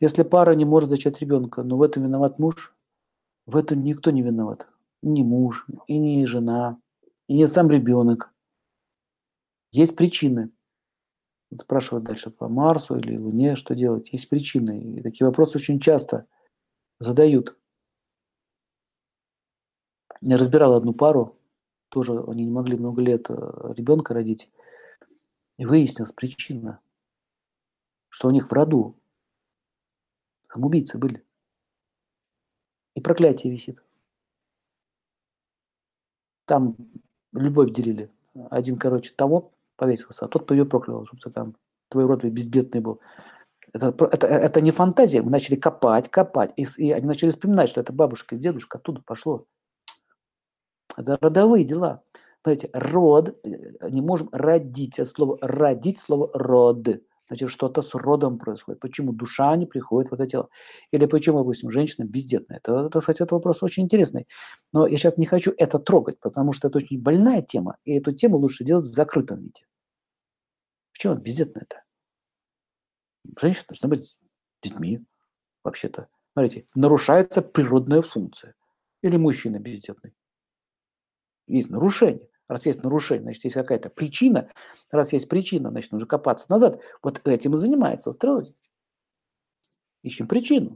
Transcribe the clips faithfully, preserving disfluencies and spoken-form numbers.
Если пара не может зачать ребенка, но в этом виноват муж, в этом никто не виноват. Ни муж, и не жена, и не сам ребенок. Есть причины. Вот спрашивают дальше по Марсу или Луне, что делать. Есть причины. И такие вопросы очень часто задают. Я разбирал одну пару, тоже они не могли много лет ребенка родить. И выяснилась причина, что у них в роду самоубийцы были. И проклятие висит. Там любовь делили. Один, короче, того повесился, а тот по ее проклял, чтобы ты там твой род безбедный был. Это, это, это не фантазия. Мы начали копать, копать. И, и они начали вспоминать, что это бабушка и дедушка оттуда пошло. Это родовые дела. Понимаете, род, не можем родить. От слова родить, слово род. Значит, что-то с родом происходит. Почему душа не приходит в это тело? Или почему, допустим, женщина бездетная? Это, это, кстати, это вопрос очень интересный. Но я сейчас не хочу это трогать, потому что это очень больная тема. И эту тему лучше делать в закрытом виде. Почему она бездетная-то? Женщина должна быть с детьми, вообще-то. Смотрите, нарушается природная функция. Или мужчина бездетный. Есть нарушение. Раз есть нарушение, значит, есть какая-то причина. Раз есть причина, значит, нужно копаться назад. Вот этим и занимается астрология. Ищем причину.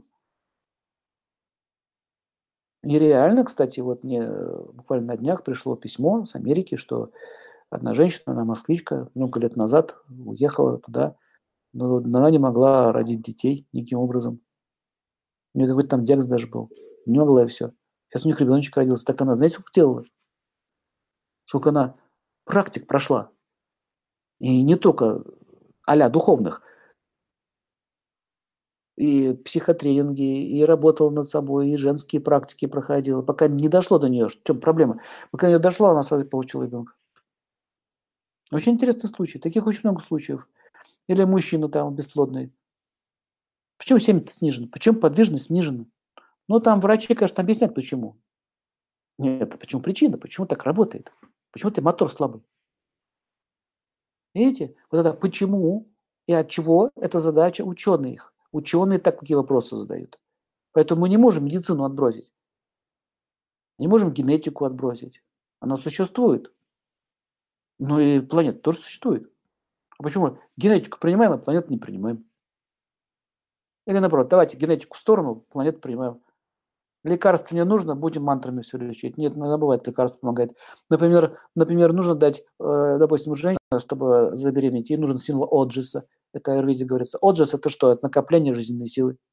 Нереально, кстати, вот мне буквально на днях пришло письмо с Америки, что одна женщина, она москвичка, много лет назад уехала туда, но она не могла родить детей никаким образом. У нее какой-то там диагноз даже был. Не могла и все. Сейчас у них ребеночек родился. Так она, знаете, сколько делала? Сколько она практик прошла. И не только а-ля духовных. И психотренинги, и работала над собой, и женские практики проходила, пока не дошло до нее. В чем проблема? Пока не дошло, она сразу получила ребенка. Очень интересный случай. Таких очень много случаев. Или мужчина там бесплодный. Почему семя-то снижено? Почему подвижность снижена? Ну, там врачи, конечно, объяснят, почему. Нет, почему причина? Почему так работает? Почему ты мотор слабый? Видите? Вот это почему и от чего – это задача ученых. Ученые такие вопросы задают. Поэтому мы не можем медицину отбросить. Не можем генетику отбросить. Она существует. Но и планета тоже существует. А почему генетику принимаем, а планету не принимаем? Или наоборот, давайте генетику в сторону, планету принимаем. Лекарство не нужно, будем мантрами все лечить. Нет, иногда бывает, лекарство помогает. Например, например нужно дать, э, допустим, женщине, чтобы забеременеть, ей нужен символ Оджиса. Это в аюрведе говорится. Оджис – это что? Это накопление жизненной силы.